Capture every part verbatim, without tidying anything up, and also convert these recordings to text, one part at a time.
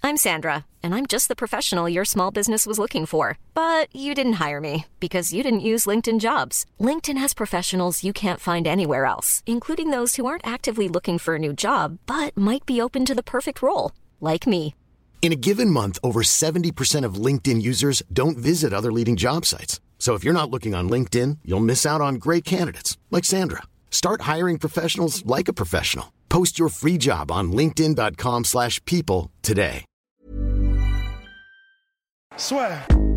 I'm Sandra, and I'm just the professional your small business was looking for. But you didn't hire me because you didn't use LinkedIn Jobs. LinkedIn has professionals you can't find anywhere else, including those who aren't actively looking for a new job, but might be open to the perfect role, like me. In a given month, over seventy percent of LinkedIn users don't visit other leading job sites. So if you're not looking on LinkedIn, you'll miss out on great candidates like Sandra. Start hiring professionals like a professional. Post your free job on linkedin.com slash people today. Soit.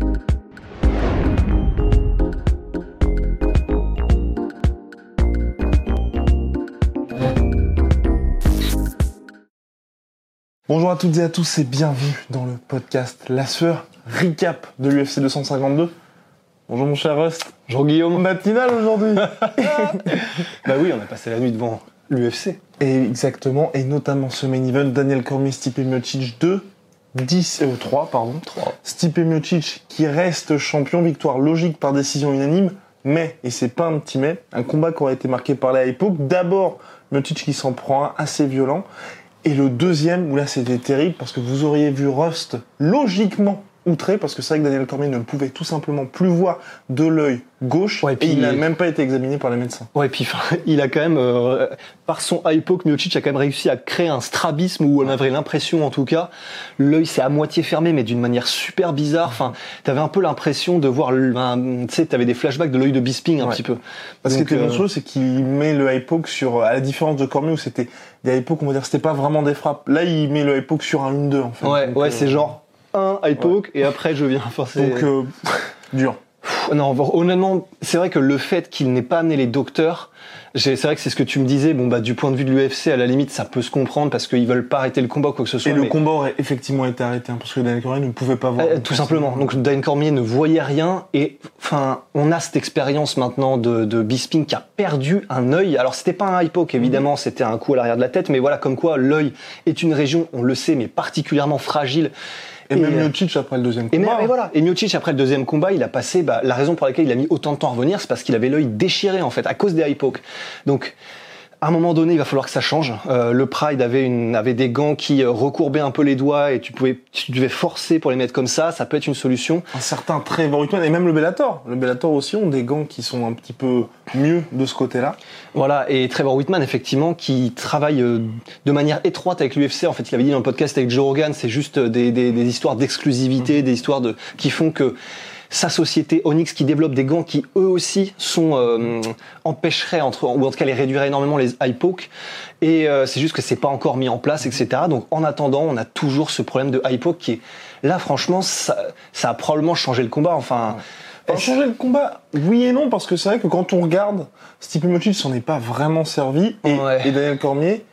Bonjour à toutes et à tous et bienvenue dans le podcast La Sueur, recap de l'U F C deux cent cinquante-deux. Bonjour mon cher Rust. Bonjour Guillaume. Matinal aujourd'hui. Bah oui, on a passé la nuit devant l'U F C. Et exactement, et notamment ce main event, Daniel Cormier, Stipe Miocic deux, dix, euh, trois, pardon. trois. Stipe Miocic qui reste champion, victoire logique par décision unanime, mais, et c'est pas un petit mais, un combat qui aurait été marqué par la hypo. D'abord, Miocic qui s'en prend un assez violent, et le deuxième, où là c'était terrible, parce que vous auriez vu Rust logiquement outré, parce que c'est vrai que Daniel Cormier ne pouvait tout simplement plus voir de l'œil gauche, ouais, et, puis, et il n'a même pas été examiné par les médecins. Ouais, et puis il a quand même, euh, par son hypo, Miocic a quand même réussi à créer un strabisme où on avait l'impression, en tout cas, l'œil s'est à moitié fermé, mais d'une manière super bizarre. Enfin, t'avais un peu l'impression de voir, tu sais, t'avais des flashbacks de l'œil de Bisping un ouais. petit peu. Parce que ce qui était monstrueux, euh... c'est qu'il met le hypo sur, à la différence de Cormier où c'était des hypos, on va dire, c'était pas vraiment des frappes. Là, il met le hypo sur un un deux en fait. Ouais, donc, ouais, euh... c'est genre un high poke ouais. et après je viens forcer. Donc euh, dur. Non, honnêtement, c'est vrai que le fait qu'il n'ait pas amené les docteurs, j'ai, c'est vrai que c'est ce que tu me disais. Bon bah du point de vue de l'U F C, à la limite, ça peut se comprendre parce qu'ils veulent pas arrêter le combat ou quoi que ce soit. Et mais... le combat aurait effectivement été arrêté hein, parce que Daniel Cormier ne pouvait pas voir. Euh, tout simplement. Donc Daniel Cormier ne voyait rien et enfin, on a cette expérience maintenant de, de Bisping qui a perdu un œil. Alors c'était pas un high poke évidemment, mmh. c'était un coup à l'arrière de la tête, mais voilà comme quoi l'œil est une région, on le sait, mais particulièrement fragile. Et, et même Miocic après le deuxième combat. Et, même, et voilà. Et Miocic après le deuxième combat, il a passé, bah, la raison pour laquelle il a mis autant de temps à revenir, c'est parce qu'il avait l'œil déchiré, en fait, à cause des high pokes. Donc, à un moment donné, il va falloir que ça change. Euh, le Pride avait une, avait des gants qui recourbaient un peu les doigts et tu pouvais, tu devais forcer pour les mettre comme ça. Ça peut être une solution. Un certain Trevor Whitman et même le Bellator. Le Bellator aussi ont des gants qui sont un petit peu mieux de ce côté-là. Voilà. Et Trevor Whitman, effectivement, qui travaille de manière étroite avec l'U F C. En fait, il avait dit dans le podcast avec Joe Rogan, c'est juste des, des, des histoires d'exclusivité, mmh. des histoires de, qui font que sa société Onyx qui développe des gants qui eux aussi sont euh, empêcheraient entre ou en tout cas les réduiraient énormément les high pokes et euh, c'est juste que c'est pas encore mis en place etc. Donc en attendant on a toujours ce problème de high poke qui est là franchement ça, ça a probablement changé le combat enfin. Ouais. Changer le combat, oui et non parce que c'est vrai que quand on regarde Stipe Miocic s'en est pas vraiment servi et, ouais. et Daniel Cormier.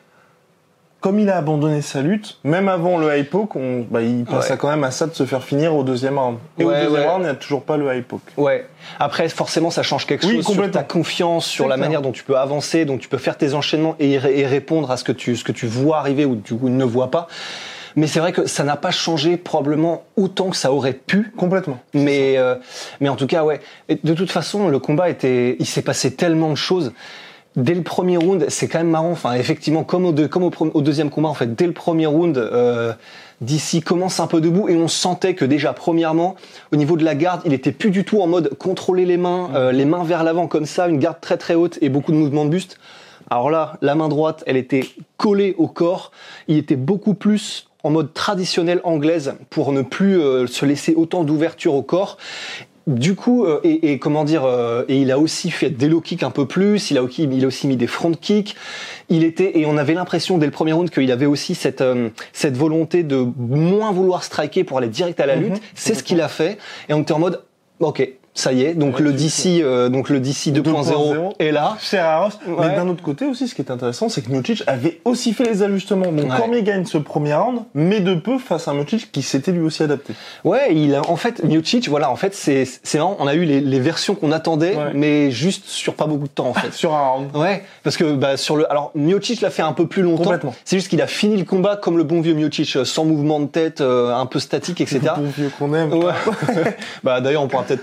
Comme il a abandonné sa lutte, même avant le high poke, on, bah, il passe ouais. à quand même à ça de se faire finir au deuxième round. Et ouais, au deuxième ouais. round, il n'y a toujours pas le high poke. Ouais. Après, forcément, ça change quelque oui, chose sur ta confiance, sur c'est la clair. manière dont tu peux avancer, dont tu peux faire tes enchaînements et, et répondre à ce que tu, ce que tu vois arriver ou du coup ne vois pas. Mais c'est vrai que ça n'a pas changé probablement autant que ça aurait pu. Complètement. Mais, euh, mais en tout cas, ouais. Et de toute façon, le combat était, il s'est passé tellement de choses. Dès le premier round, c'est quand même marrant. Enfin, effectivement, comme au, deux, comme au, au deuxième combat, en fait, dès le premier round, euh, D C commence un peu debout et on sentait que déjà, premièrement, au niveau de la garde, il était plus du tout en mode contrôler les mains, euh, les mains vers l'avant comme ça, une garde très très haute et beaucoup de mouvements de buste. Alors là, la main droite, elle était collée au corps. Il était beaucoup plus en mode traditionnel anglaise pour ne plus euh, se laisser autant d'ouverture au corps. Du coup, euh, et, et comment dire, euh, et il a aussi fait des low kicks un peu plus. Il a aussi, il a aussi mis des front kicks. Il était, et on avait l'impression dès le premier round qu'il avait aussi cette euh, cette volonté de moins vouloir striker pour aller direct à la lutte. Mm-hmm. C'est ce qu'il a fait. Et on était en mode, ok, ça y est. Donc ouais, le D C, euh, donc le D C deux point zéro est là. Cher à Ross. Ouais. Mais d'un autre côté aussi, ce qui est intéressant, c'est que Miocic avait aussi fait les ajustements. Donc ouais. Cormier gagne ce premier round, mais de peu face à un Miocic qui s'était lui aussi adapté. Ouais, il a, en fait, Miocic, voilà, en fait, c'est, c'est marrant. On a eu les, les versions qu'on attendait, ouais. mais juste sur pas beaucoup de temps, en fait. Sur un round. Ouais, parce que bah sur le, alors Miocic l'a fait un peu plus longtemps. Complètement. C'est juste qu'il a fini le combat comme le bon vieux Miocic, sans mouvement de tête, euh, un peu statique, et cetera. Le bon vieux qu'on aime. Ouais. Bah d'ailleurs, on pourra peut-être parler d'une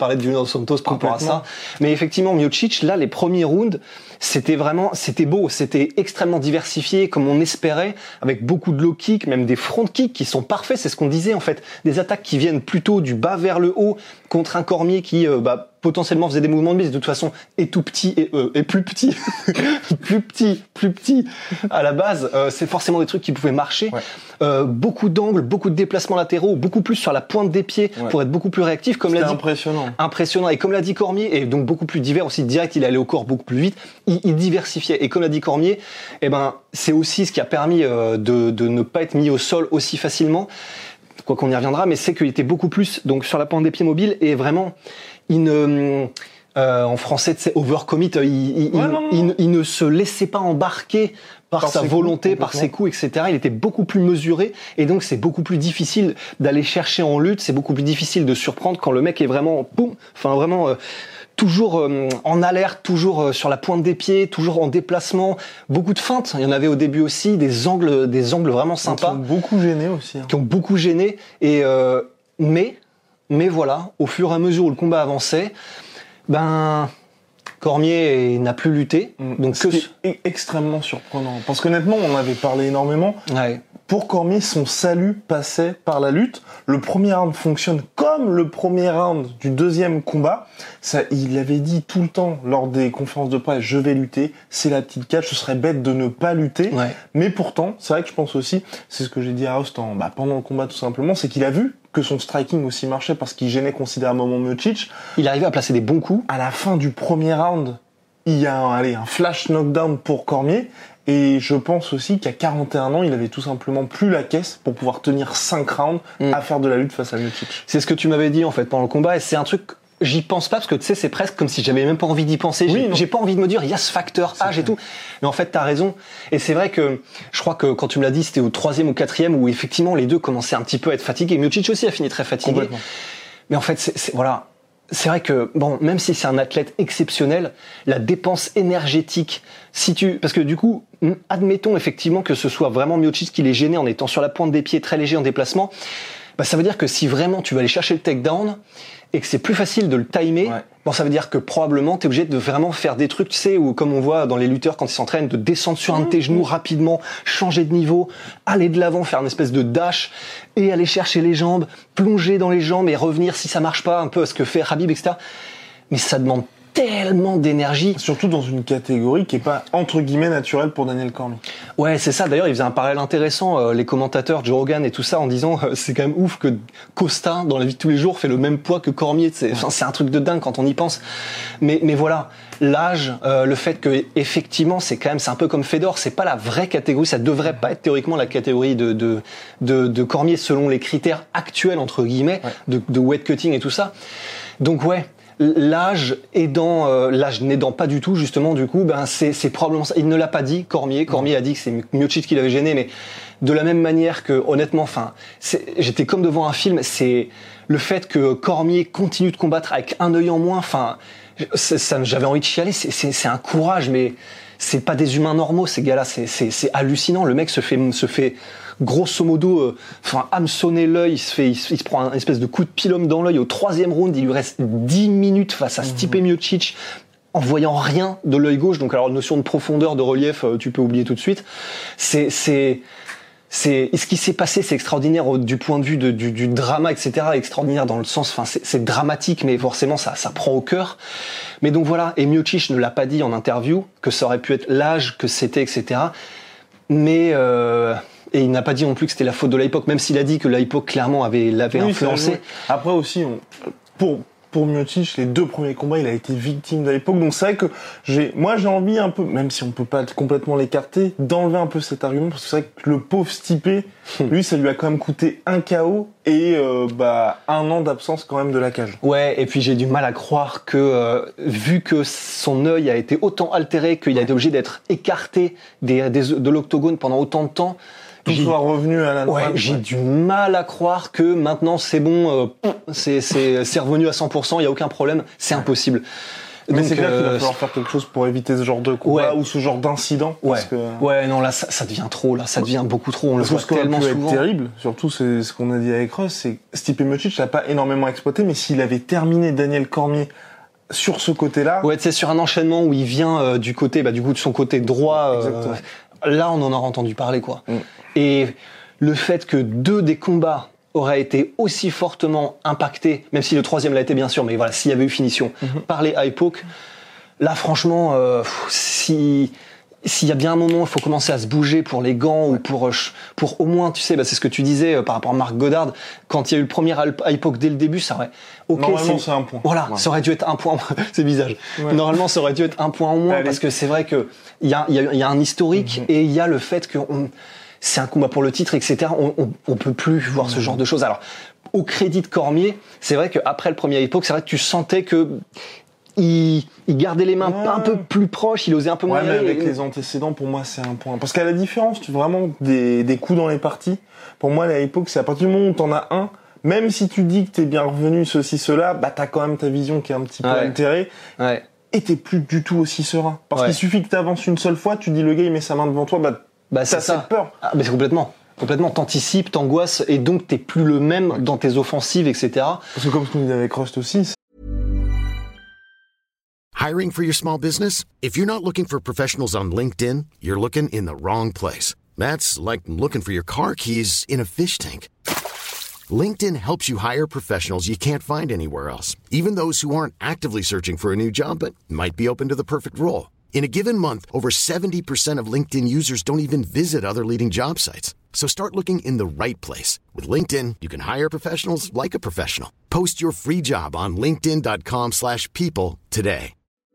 dos Santos par rapport à ça. Mais effectivement, Miocic, là, les premiers rounds, c'était vraiment, c'était beau, c'était extrêmement diversifié, comme on espérait, avec beaucoup de low kicks, même des front kicks qui sont parfaits. C'est ce qu'on disait en fait, des attaques qui viennent plutôt du bas vers le haut contre un Cormier qui, euh, bah, potentiellement faisait des mouvements de mise. De toute façon, est tout petit et, euh, et plus petit, plus petit, plus petit à la base. Euh, c'est forcément des trucs qui pouvaient marcher. Ouais. Euh, beaucoup d'angles, beaucoup de déplacements latéraux, beaucoup plus sur la pointe des pieds ouais. pour être beaucoup plus réactif. Comme l'a dit, impressionnant. Impressionnant. Et comme l'a dit Cormier, et donc beaucoup plus divers aussi, direct, il allait au corps beaucoup plus vite. Il, il diversifiait. Et comme l'a dit Cormier, eh ben, c'est aussi ce qui a permis euh, de, de ne pas être mis au sol aussi facilement. Quoi qu'on y reviendra, mais c'est qu'il était beaucoup plus donc sur la pointe des pieds mobile et vraiment, il ne, euh, en français, c'est overcommit. Il, il, ouais, il, il, il ne se laissait pas embarquer par, par sa volonté, coups, par ses coups, et cetera. Il était beaucoup plus mesuré et donc c'est beaucoup plus difficile d'aller chercher en lutte. C'est beaucoup plus difficile de surprendre quand le mec est vraiment, boum, enfin vraiment. Euh, toujours euh, en alerte, toujours euh, sur la pointe des pieds, toujours en déplacement, beaucoup de feintes. Il y en avait au début aussi, des angles, des angles vraiment sympas. Qui ont beaucoup gêné aussi. Hein. Qui ont beaucoup gêné. Et euh, mais, mais voilà, au fur et à mesure où le combat avançait, ben Cormier n'a plus lutté. Mmh. Donc c'est que... extrêmement surprenant. Parce qu'honnêtement, on en avait parlé énormément. Ouais. Pour Cormier, son salut passait par la lutte. Le premier round fonctionne comme le premier round du deuxième combat. Ça, il l'avait dit tout le temps lors des conférences de presse, je vais lutter, c'est la petite catch, ce serait bête de ne pas lutter. Ouais. Mais pourtant, c'est vrai que je pense aussi, c'est ce que j'ai dit à Host en, bah, pendant le combat tout simplement, c'est qu'il a vu que son striking aussi marchait parce qu'il gênait considérablement Miocic. Il arrivait à placer des bons coups. À la fin du premier round, il y a un, allez, un flash knockdown pour Cormier. Et je pense aussi qu'à quarante et un ans, il avait tout simplement plus la caisse pour pouvoir tenir cinq rounds mmh. à faire de la lutte face à Miocic. C'est ce que tu m'avais dit en fait pendant le combat et c'est un truc, j'y pense pas parce que tu sais, c'est presque comme si j'avais même pas envie d'y penser. Oui, j'ai, j'ai pas envie de me dire, il y a ce facteur c'est âge vrai. Et tout. Mais en fait, t'as raison. Et c'est vrai que je crois que quand tu me l'as dit, c'était au troisième ou quatrième où effectivement les deux commençaient un petit peu à être fatigués. Miocic aussi a fini très fatigué. Mais en fait, c'est, c'est voilà. C'est vrai que, bon, même si c'est un athlète exceptionnel, la dépense énergétique, si tu, parce que du coup, admettons effectivement que ce soit vraiment Miocic qui l'ait gêné en étant sur la pointe des pieds, très léger en déplacement, bah, ça veut dire que si vraiment tu vas aller chercher le takedown et que c'est plus facile de le timer, ouais. bon, ça veut dire que probablement t'es obligé de vraiment faire des trucs, tu sais, ou comme on voit dans les lutteurs quand ils s'entraînent, de descendre sur un de tes genoux rapidement, changer de niveau, aller de l'avant, faire une espèce de dash et aller chercher les jambes, plonger dans les jambes et revenir si ça marche pas, un peu à ce que fait Khabib, et cetera. Mais ça demande tellement d'énergie. Surtout dans une catégorie qui est pas, entre guillemets, naturelle pour Daniel Cormier. Ouais, c'est ça. D'ailleurs, il faisait un parallèle intéressant, euh, les commentateurs, Joe Rogan et tout ça, en disant, euh, c'est quand même ouf que Costa, dans la vie de tous les jours, fait le même poids que Cormier. C'est, enfin, c'est un truc de dingue quand on y pense. Mais, mais voilà. L'âge, euh, le fait que, effectivement, c'est quand même, c'est un peu comme Fedor, c'est pas la vraie catégorie, ça devrait pas être théoriquement la catégorie de, de, de, de Cormier selon les critères actuels, entre guillemets, ouais. de, de weight cutting et tout ça. Donc, ouais. L'âge aidant, euh, l'âge n'aidant pas du tout, justement, du coup, ben, c'est, c'est probablement ça. Il ne l'a pas dit, Cormier. Cormier mmh. a dit que c'est Miocic qui l'avait gêné, mais de la même manière que, honnêtement, enfin, j'étais comme devant un film, c'est le fait que Cormier continue de combattre avec un œil en moins, enfin, ça, j'avais envie de chialer, c'est, c'est, c'est un courage, mais c'est pas des humains normaux, ces gars-là, c'est, c'est, c'est hallucinant. Le mec se fait, se fait, grosso modo, euh, enfin, hameçonner l'œil, il se fait, il se, il se prend un espèce de coup de pilum dans l'œil au troisième round, il lui reste dix minutes face à Stipe Miocic, en voyant rien de l'œil gauche. Donc, alors, notion de profondeur, de relief, euh, tu peux oublier tout de suite. C'est, c'est, c'est, ce qui s'est passé, c'est extraordinaire au, du point de vue de, du, du drama, et cetera. Extraordinaire dans le sens, enfin, c'est, c'est dramatique, mais forcément, ça, ça prend au cœur. Mais donc voilà. Et Miocic ne l'a pas dit en interview, que ça aurait pu être l'âge que c'était, et cetera. Mais, euh, et il n'a pas dit non plus que c'était la faute de l'époque, même s'il a dit que l'époque clairement avait l'avait oui, influencé. Après aussi, on, pour pour Miocic, les deux premiers combats, il a été victime de l'époque. Donc c'est vrai que j'ai, moi j'ai envie un peu, même si on peut pas complètement l'écarter, d'enlever un peu cet argument parce que c'est vrai que le pauvre Stipe, lui, ça lui a quand même coûté un K O et euh, bah un an d'absence quand même de la cage. Ouais, et puis j'ai du mal à croire que euh, vu que son œil a été autant altéré qu'il a été obligé d'être écarté des, des de l'octogone pendant autant de temps. Tout soit revenu à la normale. Ouais, j'ai ouais. du mal à croire que maintenant c'est bon, euh, c'est, c'est, c'est revenu à cent pour cent, il y a aucun problème, c'est impossible. Mais Donc, c'est clair qu'il va euh, falloir faire quelque chose pour éviter ce genre de combat Ouais. ou ce genre d'incident. Ouais, Parce que, ouais, non, là, ça, ça devient trop, là, ça devient beaucoup trop, on le parce que voit ce qui aurait tellement pu être souvent. terrible, surtout c'est ce qu'on a dit avec Ross, c'est que Stipe Miocic l'a pas énormément exploité, mais s'il avait terminé Daniel Cormier sur ce côté-là, Ouais, tu sais, sur un enchaînement où il vient euh, du côté, bah, du coup, de son côté droit, euh, Exactement. là, on en aura entendu parler, quoi. Mm. Et le fait que deux des combats auraient été aussi fortement impactés, même si le troisième l'a été, bien sûr, mais voilà, s'il y avait eu finition, Mm-hmm. par les high poke, là, franchement, euh, pff, si... S'il y a bien un moment, il faut commencer à se bouger pour les gants ou pour, pour au moins, tu sais, bah, c'est ce que tu disais euh, par rapport à Marc Goddard, quand il y a eu le premier high poke dès le début, ça aurait... ok, normalement c'est un point. Voilà, Ouais. ça aurait dû être un point. C'est bizarre. Ouais. Normalement, ça aurait dû être un point en moins Allez. parce que c'est vrai que il y a, il y a, il y a un historique Mhm. et il y a le fait que on, c'est un combat pour le titre, et cetera. On, on, on peut plus voir ce genre de choses. Alors, au crédit de Cormier, c'est vrai qu'après le premier high poke, c'est vrai que tu sentais que il, il gardait les mains Ouais. un peu plus proches, il osait un peu moins Ouais, y mais aller. avec les antécédents, pour moi, c'est un point. Parce qu'à la différence, tu- vraiment, des, des coups dans les parties, pour moi, la époque, c'est à partir du moment où t'en as un, même si tu dis que t'es bien revenu, ceci, cela, bah, t'as quand même ta vision qui est un petit peu Ouais. altérée, Ouais. et t'es plus du tout aussi serein. Parce Ouais. qu'il suffit que t'avances une seule fois, tu dis le gars, il met sa main devant toi, bah, Bah, c'est t'as ça. cette peur. Ah, mais c'est complètement. Complètement. T'anticipes, t'angoisses, et donc t'es plus le même dans tes offensives, et cetera. Parce que comme ce qu'on dit avec Rust aussi, Hiring for your small business? If you're not looking for professionals on LinkedIn, you're looking in the wrong place. That's like looking for your car keys in a fish tank. LinkedIn helps you hire professionals you can't find anywhere else, even those who aren't actively searching for a new job but might be open to the perfect role. In a given month, over seventy percent of LinkedIn users don't even visit other leading job sites. So start looking in the right place. With LinkedIn, you can hire professionals like a professional. Post your free job on linkedin.com slash people today.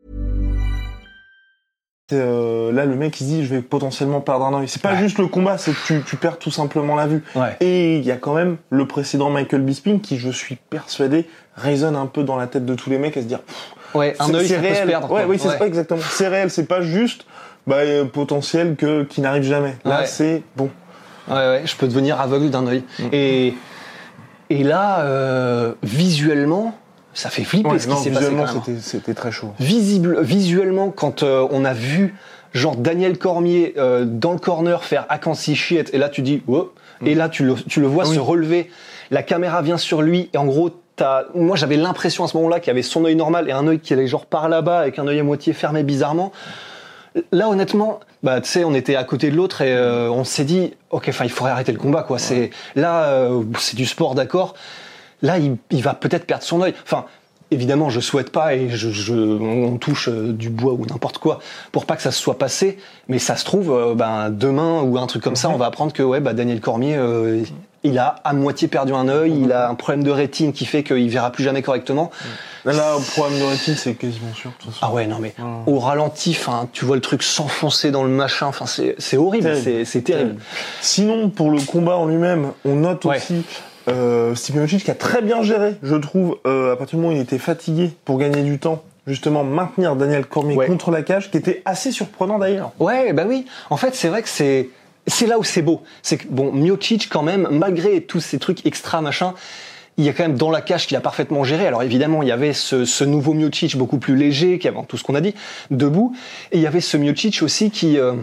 euh, là, le mec, il se dit, je vais potentiellement perdre un œil. C'est pas Ouais. juste le combat, c'est que tu, tu perds tout simplement la vue. Ouais. Et il y a quand même le précédent Michael Bisping qui, je suis persuadé, résonne un peu dans la tête de tous les mecs à se dire, pff, Ouais, un c'est- œil, c'est ça peut se réel. perdre. Ouais, quoi. oui, c'est Ouais. pas exactement. C'est réel, c'est pas juste, bah, euh, potentiel que, qui n'arrive jamais. Là, Ouais. c'est bon. Ouais, ouais, je peux devenir aveugle d'un œil. Mm. Et, et là, euh, visuellement, ça fait flipper Ouais, ce qui non, s'est passé visuellement, quand même. c'était, c'était très chaud. Visible, visuellement, quand euh, on a vu genre Daniel Cormier euh, dans le corner faire Akansi Shit, et là tu dis, oh, et là tu le, tu le vois Ah oui. se relever, la caméra vient sur lui, et en gros, t'as, moi j'avais l'impression à ce moment-là qu'il y avait son œil normal et un œil qui allait genre par là-bas, avec un œil à moitié fermé bizarrement. Là, honnêtement, bah, tu sais, on était à côté de l'autre et euh, on s'est dit, ok, enfin, il faudrait arrêter le combat, quoi. C'est là, euh, c'est du sport, d'accord. Là, il, il va peut-être perdre son œil. Enfin, évidemment, je souhaite pas et je, je, on touche euh, du bois ou n'importe quoi pour pas que ça se soit passé. Mais ça se trouve, euh, ben demain ou un truc comme ça, on va apprendre que ouais, bah, Daniel Cormier, euh, il a à moitié perdu un œil, il a un problème de rétine qui fait qu'il verra plus jamais correctement. Là, là, le problème de rétine, c'est quasiment sûr, de toute façon. Ah ouais, non mais Ah. au ralenti, enfin, tu vois le truc s'enfoncer dans le machin, enfin c'est c'est horrible, Terrible. c'est c'est terrible. Sinon, pour le combat en lui-même, on note Ouais. aussi euh, Stipe Miocic qui a très bien géré, je trouve, euh, à partir du moment où il était fatigué pour gagner du temps, justement maintenir Daniel Cormier Ouais. contre la cage, qui était assez surprenant d'ailleurs. Ouais, bah oui. En fait, c'est vrai que c'est c'est là où c'est beau. C'est que bon, Miocic quand même, malgré tous ces trucs extra machin, il y a quand même dans la cage qu'il a parfaitement géré. Alors évidemment, il y avait ce, ce nouveau Miocic beaucoup plus léger, qui avant tout ce qu'on a dit, debout, et il y avait ce Miocic aussi qui euh,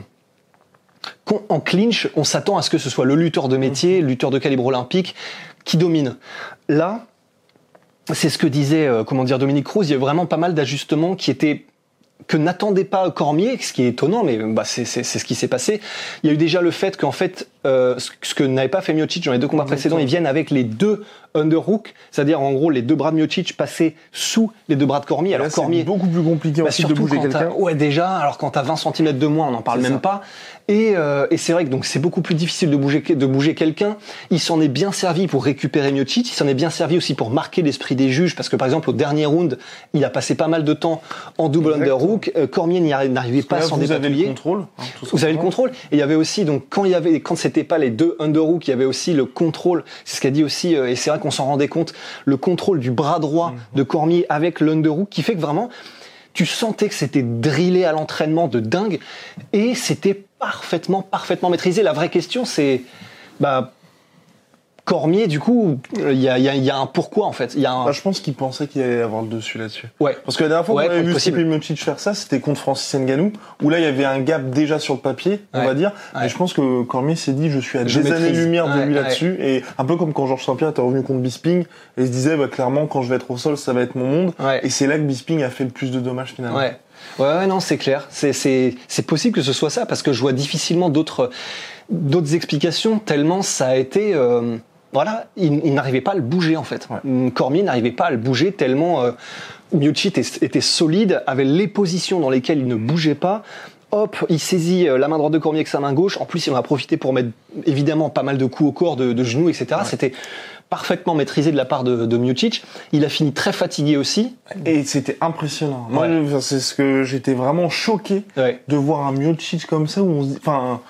qu'on- en clinch, on s'attend à ce que ce soit le lutteur de métier, lutteur de calibre olympique, qui domine. Là, c'est ce que disait euh, comment dire Dominique Cruz. Il y a vraiment pas mal d'ajustements qui étaient que n'attendait pas Cormier, ce qui est étonnant, mais bah, c'est, c'est, c'est ce qui s'est passé. Il y a eu déjà le fait qu'en fait, euh, ce, ce que n'avait pas fait Miocic dans les deux combats précédents, ils viennent avec les deux underhooks, c'est-à-dire en gros les deux bras de Miocic passés sous les deux bras de Cormier. Alors Là, Cormier, c'est beaucoup plus compliqué bah, ensuite de surtout bouger quand quelqu'un. t'as- ouais déjà, alors quand t'as vingt centimètres de moins, on n'en parle C'est même ça. pas. Et, euh, et c'est vrai que donc c'est beaucoup plus difficile de bouger de bouger quelqu'un. Il s'en est bien servi pour récupérer Miocic. Il s'en est bien servi aussi pour marquer l'esprit des juges, parce que par exemple au dernier round, il a passé pas mal de temps en double Exactement. underhook. Euh, Cormier n'y arri- n'arrivait pas à Là, s'en vous avez le dépatouiller. contrôle. hein, tout Vous avez le simplement. contrôle. Et il y avait aussi, donc, quand il y avait, quand c'était pas les deux underhooks, il y avait aussi le contrôle. C'est ce qu'a dit aussi, euh, et c'est vrai qu'on s'en rendait compte, le contrôle du bras droit de Cormier avec l'underhook, qui fait que vraiment, tu sentais que c'était drillé à l'entraînement de dingue, et c'était parfaitement, parfaitement maîtrisé. La vraie question, c'est, bah, Cormier, du coup, il y a, y, a, y a un pourquoi en fait. Il y a un... bah, je pense qu'il pensait qu'il allait avoir le dessus là-dessus. Ouais. Parce que la dernière fois ouais, qu'on avait vu possible. Stipe Miocic faire ça, c'était contre Francis Ngannou, où là il y avait un gap déjà sur le papier, on ouais. va dire. Ouais. Et je pense que Cormier s'est dit, je suis à je des années-lumière de ouais, lui ouais. là-dessus. Et un peu comme quand Georges Saint-Pierre était revenu contre Bisping, et se disait, bah, clairement, quand je vais être au sol, ça va être mon monde. Ouais. Et c'est là que Bisping a fait le plus de dommages finalement. Ouais. Ouais, ouais, non, c'est clair. C'est, c'est, c'est possible que ce soit ça, parce que je vois difficilement d'autres, d'autres explications, tellement ça a été, euh, voilà, il, il n'arrivait pas à le bouger, en fait. Ouais. Cormier n'arrivait pas à le bouger tellement, euh, Miocic était, était solide, avait les positions dans lesquelles il ne bougeait pas. Hop, il saisit la main droite de Cormier avec sa main gauche. En plus, il en a profité pour mettre, évidemment, pas mal de coups au corps, de, de genoux, et cetera. Ouais. C'était parfaitement maîtrisé de la part de, de Miocic. Il a fini très fatigué aussi. Et c'était impressionnant. Moi, ouais. c'est ce que j'étais vraiment choqué ouais. de voir un Miocic comme ça, où on se dit, enfin,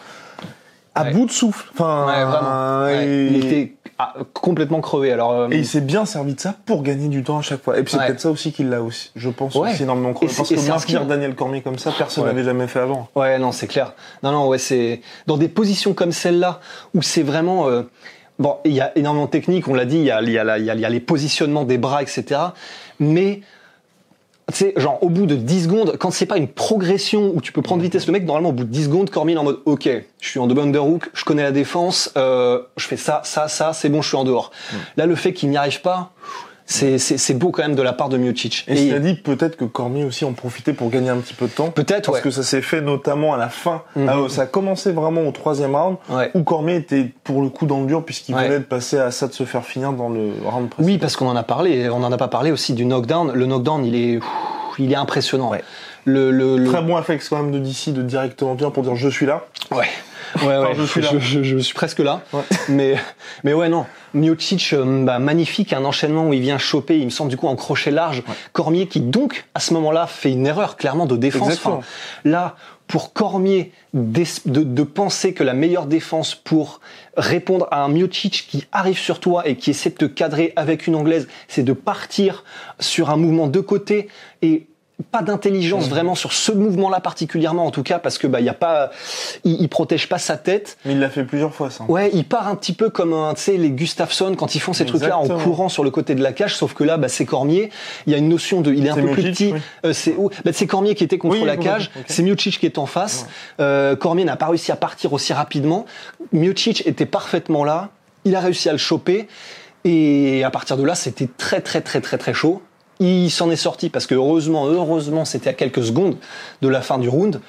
à ouais. bout de souffle. Enfin, ouais, vraiment. Et... Ouais. Il était ah, complètement crevé. Alors, euh... et il s'est bien servi de ça pour gagner du temps à chaque fois. Et puis c'est ouais. peut-être ça aussi qu'il l'a aussi, je pense, ouais. aussi énormément crevé. Parce que maintenir Daniel Cormier comme ça, personne n'avait ouais. jamais fait avant. Ouais, non, c'est clair. Non, non, ouais, c'est dans des positions comme celle-là où c'est vraiment. Euh... Bon, il y a énormément de techniques, on l'a dit, il y a, il y a, la, il y a, il y a les positionnements des bras, et cetera. Mais, tu sais, genre, au bout de dix secondes, quand c'est pas une progression où tu peux prendre vitesse, le mec, normalement, au bout de dix secondes, Cormier est en mode, ok, je suis en double underhook, je connais la défense, euh, je fais ça, ça, ça, c'est bon, je suis en dehors. Mm. Là, le fait qu'il n'y arrive pas, c'est, c'est, c'est beau quand même de la part de Miocic. Et, et cela dit, peut-être que Cormier aussi en profitait pour gagner un petit peu de temps. Peut-être, Parce ouais. que ça s'est fait notamment à la fin. Mm-hmm. Alors, ça a commencé vraiment au troisième round, ouais. où Cormier était pour le coup dans le dur, puisqu'il ouais. venait de passer à ça de se faire finir dans le round précédent. Oui, parce qu'on en a parlé, on en a pas parlé aussi du knockdown. Le knockdown, il est, il est impressionnant. Ouais. Le, le, le... Très bon réflexe quand même de D C de directement bien pour dire je suis là. Ouais. Ouais, ouais, je, suis là. Je, je, je suis presque là. Ouais. Mais, mais ouais, non. Miocic, euh, bah, magnifique, un enchaînement où il vient choper, il me semble du coup en crochet large. Ouais. Cormier qui donc, à ce moment-là, fait une erreur clairement de défense. Enfin, là, pour Cormier, de, de, de penser que la meilleure défense pour répondre à un Miocic qui arrive sur toi et qui essaie de te cadrer avec une anglaise, c'est de partir sur un mouvement de côté et pas d'intelligence mmh. vraiment sur ce mouvement-là particulièrement en tout cas parce que bah il y a pas il, il protège pas sa tête. Mais il l'a fait plusieurs fois ça. Ouais, il part un petit peu comme un tu sais les Gustafsson quand ils font ces Exactement. trucs-là en courant sur le côté de la cage sauf que là bah c'est Cormier, il y a une notion de il est un c'est peu Miocic, plus petit, oui. euh, c'est oh, bah c'est Cormier qui était contre oui, la cage, okay. c'est Miocic qui est en face. Ouais. Euh, Cormier n'a pas réussi à partir aussi rapidement. Miocic était parfaitement là, il a réussi à le choper et à partir de là, c'était très très très très très chaud. Il s'en est sorti parce que heureusement, heureusement, c'était à quelques secondes de la fin du round.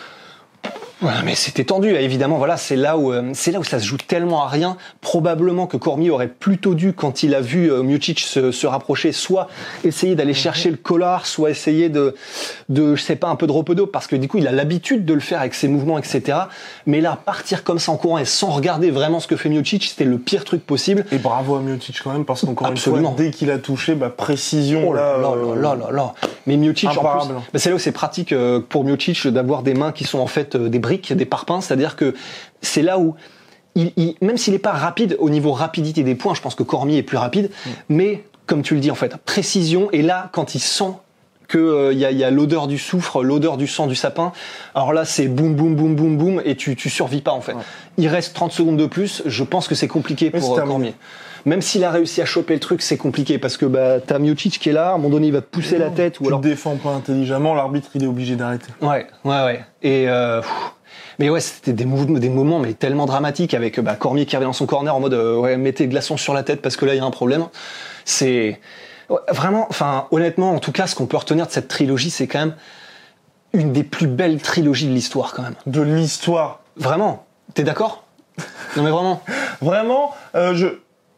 Voilà, mais c'était tendu, évidemment. Voilà, c'est là où euh, c'est là où ça se joue tellement à rien. Probablement que Cormier aurait plutôt dû, quand il a vu euh, Miocic se, se rapprocher, soit essayer d'aller chercher le collar, soit essayer de, de, je sais pas, un peu de ropedo, parce que du coup, il a l'habitude de le faire avec ses mouvements, et cetera. Mais là, partir comme ça en courant et sans regarder vraiment ce que fait Miocic, c'était le pire truc possible. Et bravo à Miocic quand même, parce qu'encore Absolument. une fois, dès qu'il a touché, bah précision. Oh là là euh, là là là. Mais Miocic, en plus, bah, c'est là où c'est pratique euh, pour Miocic d'avoir des mains qui sont en fait euh, des briques, des parpaings, c'est-à-dire que c'est là où il, il, même s'il n'est pas rapide au niveau rapidité des points, je pense que Cormier est plus rapide, mmh. mais comme tu le dis en fait, précision, et là quand il sent que il euh, y, a, y a l'odeur du soufre, l'odeur du sang du sapin, alors là c'est boum boum boum boum boum et tu tu survis pas en fait. Ouais. Il reste trente secondes de plus, je pense que c'est compliqué mais pour euh, Cormier. Même s'il a réussi à choper le truc, c'est compliqué parce que bah t'as Miocic qui est là, à un moment donné il va te pousser non, la tête ou tu alors te défends pas intelligemment, l'arbitre il est obligé d'arrêter. Ouais, ouais ouais. Et euh, mais ouais, c'était des, mou- des moments mais tellement dramatiques avec bah, Cormier qui arrive dans son corner en mode euh, ouais, mettez le glaçon sur la tête parce que là il y a un problème. C'est ouais, vraiment, enfin honnêtement, en tout cas, ce qu'on peut retenir de cette trilogie, c'est quand même une des plus belles trilogies de l'histoire quand même. De l'histoire. Vraiment. T'es d'accord ? Non mais vraiment. Vraiment, euh, je.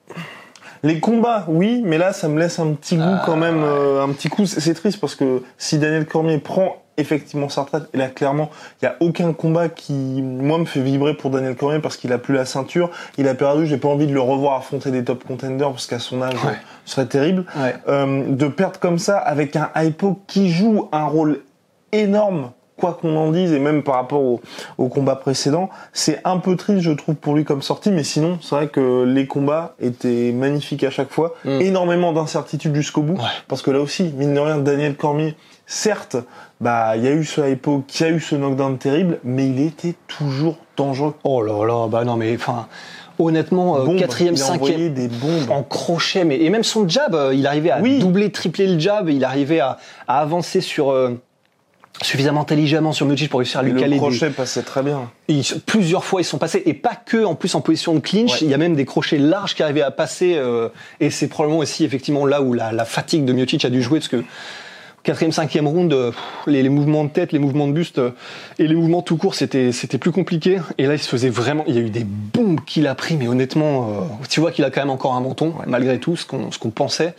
Les combats, oui, mais là, ça me laisse un petit goût quand même, euh, un petit coup. C'est, c'est triste parce que si Daniel Cormier prend effectivement sa retraite, et là, clairement, il y a aucun combat qui, moi, me fait vibrer pour Daniel Cormier parce qu'il a plus la ceinture, il a perdu, j'ai pas envie de le revoir affronter des top contenders parce qu'à son âge, ouais. ce serait terrible. Ouais. Euh, de perdre comme ça avec un Hypo qui joue un rôle énorme, quoi qu'on en dise, et même par rapport au, au combat précédent, c'est un peu triste, je trouve, pour lui comme sortie, mais sinon, c'est vrai que les combats étaient magnifiques à chaque fois, mm. énormément d'incertitudes jusqu'au bout, ouais. parce que là aussi, mine de rien, Daniel Cormier, certes, bah, il y a eu ce hypo, qui a eu ce knockdown terrible, mais il était toujours dangereux. Oh là là, bah non, mais enfin, honnêtement, euh, Bombe. quatrième, Il a cinquième, envoyé des bombes. en crochet, mais et même son jab, euh, il arrivait à Oui. doubler, tripler le jab, il arrivait à, à avancer sur euh, suffisamment intelligemment sur Miocic pour réussir à Et lui le caler. crochet Des... passait très bien. Ils- plusieurs fois ils sont passés, et pas que en plus en position de clinch. Ouais. Il y a même des crochets larges qui arrivaient à passer, euh, et c'est probablement aussi effectivement là où la, la fatigue de Miocic a dû jouer, parce que quatrième, cinquième round, euh, pff, les, les mouvements de tête, les mouvements de buste euh, et les mouvements tout court, c'était c'était plus compliqué. Et là, il se faisait vraiment. Il y a eu des bombes qu'il a pris, mais honnêtement, euh, tu vois qu'il a quand même encore un menton, ouais. malgré tout ce qu'on ce qu'on pensait.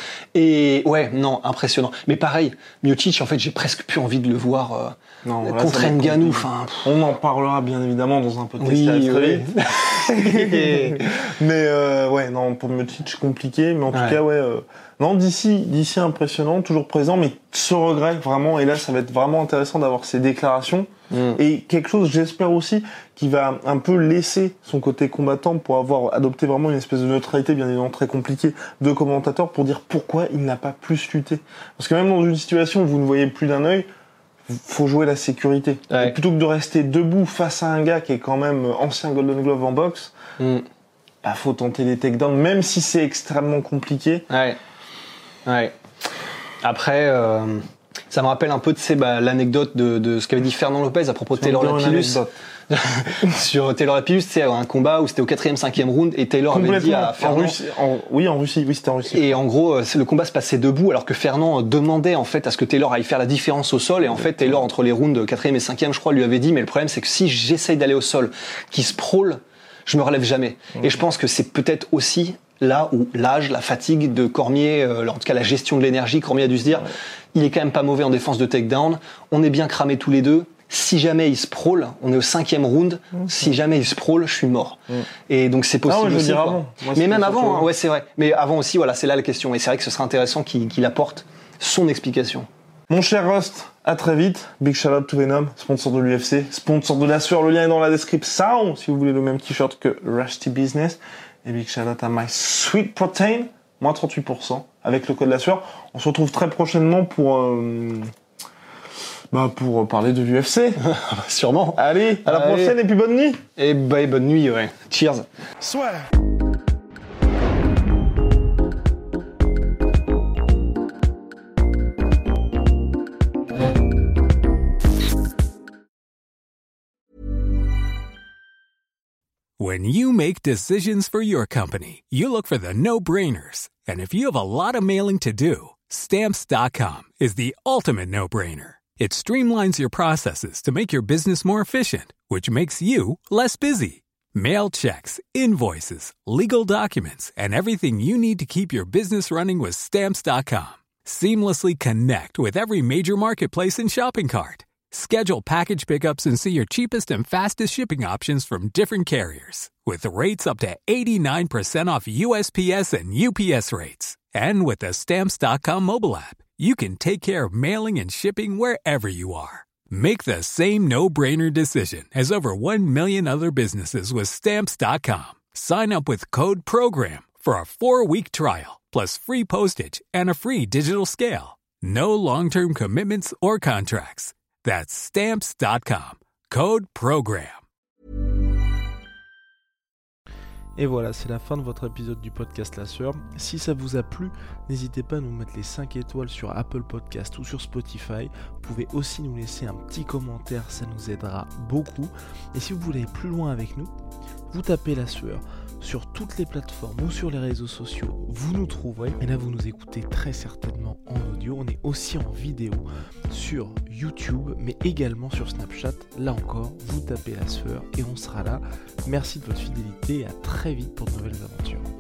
Et ouais, non, impressionnant. Mais pareil, Miocic, en fait, j'ai presque plus envie de le voir euh, Non, là, contre ça va être Ngannou. compliqué. Enfin, On en parlera bien évidemment dans un podcast oui, très oui. vite. Mais euh, ouais, non, pour Miocic, compliqué. Mais en tout Ouais. cas, ouais. Euh, non, d'ici, d'ici impressionnant, toujours présent, mais ce regret vraiment. Et là, ça va être vraiment intéressant d'avoir ces déclarations. Mm. Et quelque chose, j'espère aussi, qui va un peu laisser son côté combattant pour avoir adopté vraiment une espèce de neutralité, bien évidemment très compliquée, de commentateur pour dire pourquoi il n'a pas plus lutté. Parce que même dans une situation où vous ne voyez plus d'un œil, faut jouer la sécurité. Ouais. Et plutôt que de rester debout face à un gars qui est quand même ancien Golden Glove en boxe, Mm. bah, faut tenter des takedowns, même si c'est extrêmement compliqué. Ouais. Ouais. Après, euh, ça me rappelle un peu de ces, bah, l'anecdote de, de ce qu'avait dit Fernand Lopez à propos de Taylor Encore une Lapillus. anecdote. Sur Taylor Lapillus, c'est un combat où c'était au quatrième, cinquième round et Taylor avait dit à En Fernand. Russie, en- oui, en Russie, oui, c'était en Russie. Et en gros, euh, c'est- le combat se passait debout alors que Fernand euh, demandait en fait à ce que Taylor aille faire la différence au sol. Et en fait, Taylor entre les rounds quatrième et cinquième, je crois, lui avait dit mais le problème c'est que si j'essaye d'aller au sol, qui se prôle, je me relève jamais. Et je pense que c'est peut-être aussi là où l'âge, la fatigue de Cormier, euh, en tout cas la gestion de l'énergie, Cormier a dû se dire, il est quand même pas mauvais en défense de takedown, on est bien cramés tous les deux, si jamais il se prôle, on est au cinquième round, si jamais il se prôle, je suis mort. Et donc c'est possible Ah ouais, je veux aussi, dire quoi. avant. Moi, Mais c'était même surtout avant, hein, avant. ouais c'est vrai. Mais avant aussi, voilà, c'est là la question. Et c'est vrai que ce serait intéressant qu'il qu'il apporte son explication. Mon cher Rust, à très vite. Big shout out to Venom, sponsor de l'U F C, sponsor de la sueur. Le lien est dans la description si vous voulez le même t-shirt que Rusty Business. Et big shout out à My Sweet Protein, moins trente-huit pour cent avec le code la sueur. On se retrouve très prochainement pour, euh, bah, pour parler de l'U F C. Sûrement. Allez, à la Allez. prochaine et puis bonne nuit. Et bah, et bonne nuit, ouais. Cheers. Swear. When you make decisions for your company, you look for the no-brainers. And if you have a lot of mailing to do, Stamps dot com is the ultimate no-brainer. It streamlines your processes to make your business more efficient, which makes you less busy. Mail checks, invoices, legal documents, and everything you need to keep your business running with Stamps dot com. Seamlessly connect with every major marketplace and shopping cart. Schedule package pickups and see your cheapest and fastest shipping options from different carriers. With rates up to eighty-nine percent off U S P S and U P S rates. And with the Stamps dot com mobile app, you can take care of mailing and shipping wherever you are. Make the same no-brainer decision as over one million other businesses with Stamps dot com. Sign up with code PROGRAM for a four-week trial, plus free postage and a free digital scale. No long-term commitments or contracts. That's Stamps dot com. Code PROGRAM. Et voilà, c'est la fin de votre épisode du podcast La Sueur. Si ça vous a plu, n'hésitez pas à nous mettre les cinq étoiles sur Apple Podcast ou sur Spotify. Vous pouvez aussi nous laisser un petit commentaire, ça nous aidera beaucoup. Et si vous voulez aller plus loin avec nous, vous tapez La Sueur sur toutes les plateformes ou sur les réseaux sociaux, vous nous trouverez. Et là, vous nous écoutez très certainement en audio. On est aussi en vidéo sur YouTube, mais également sur Snapchat. Là encore, vous tapez La Sueur et on sera là. Merci de votre fidélité et à très vite pour de nouvelles aventures.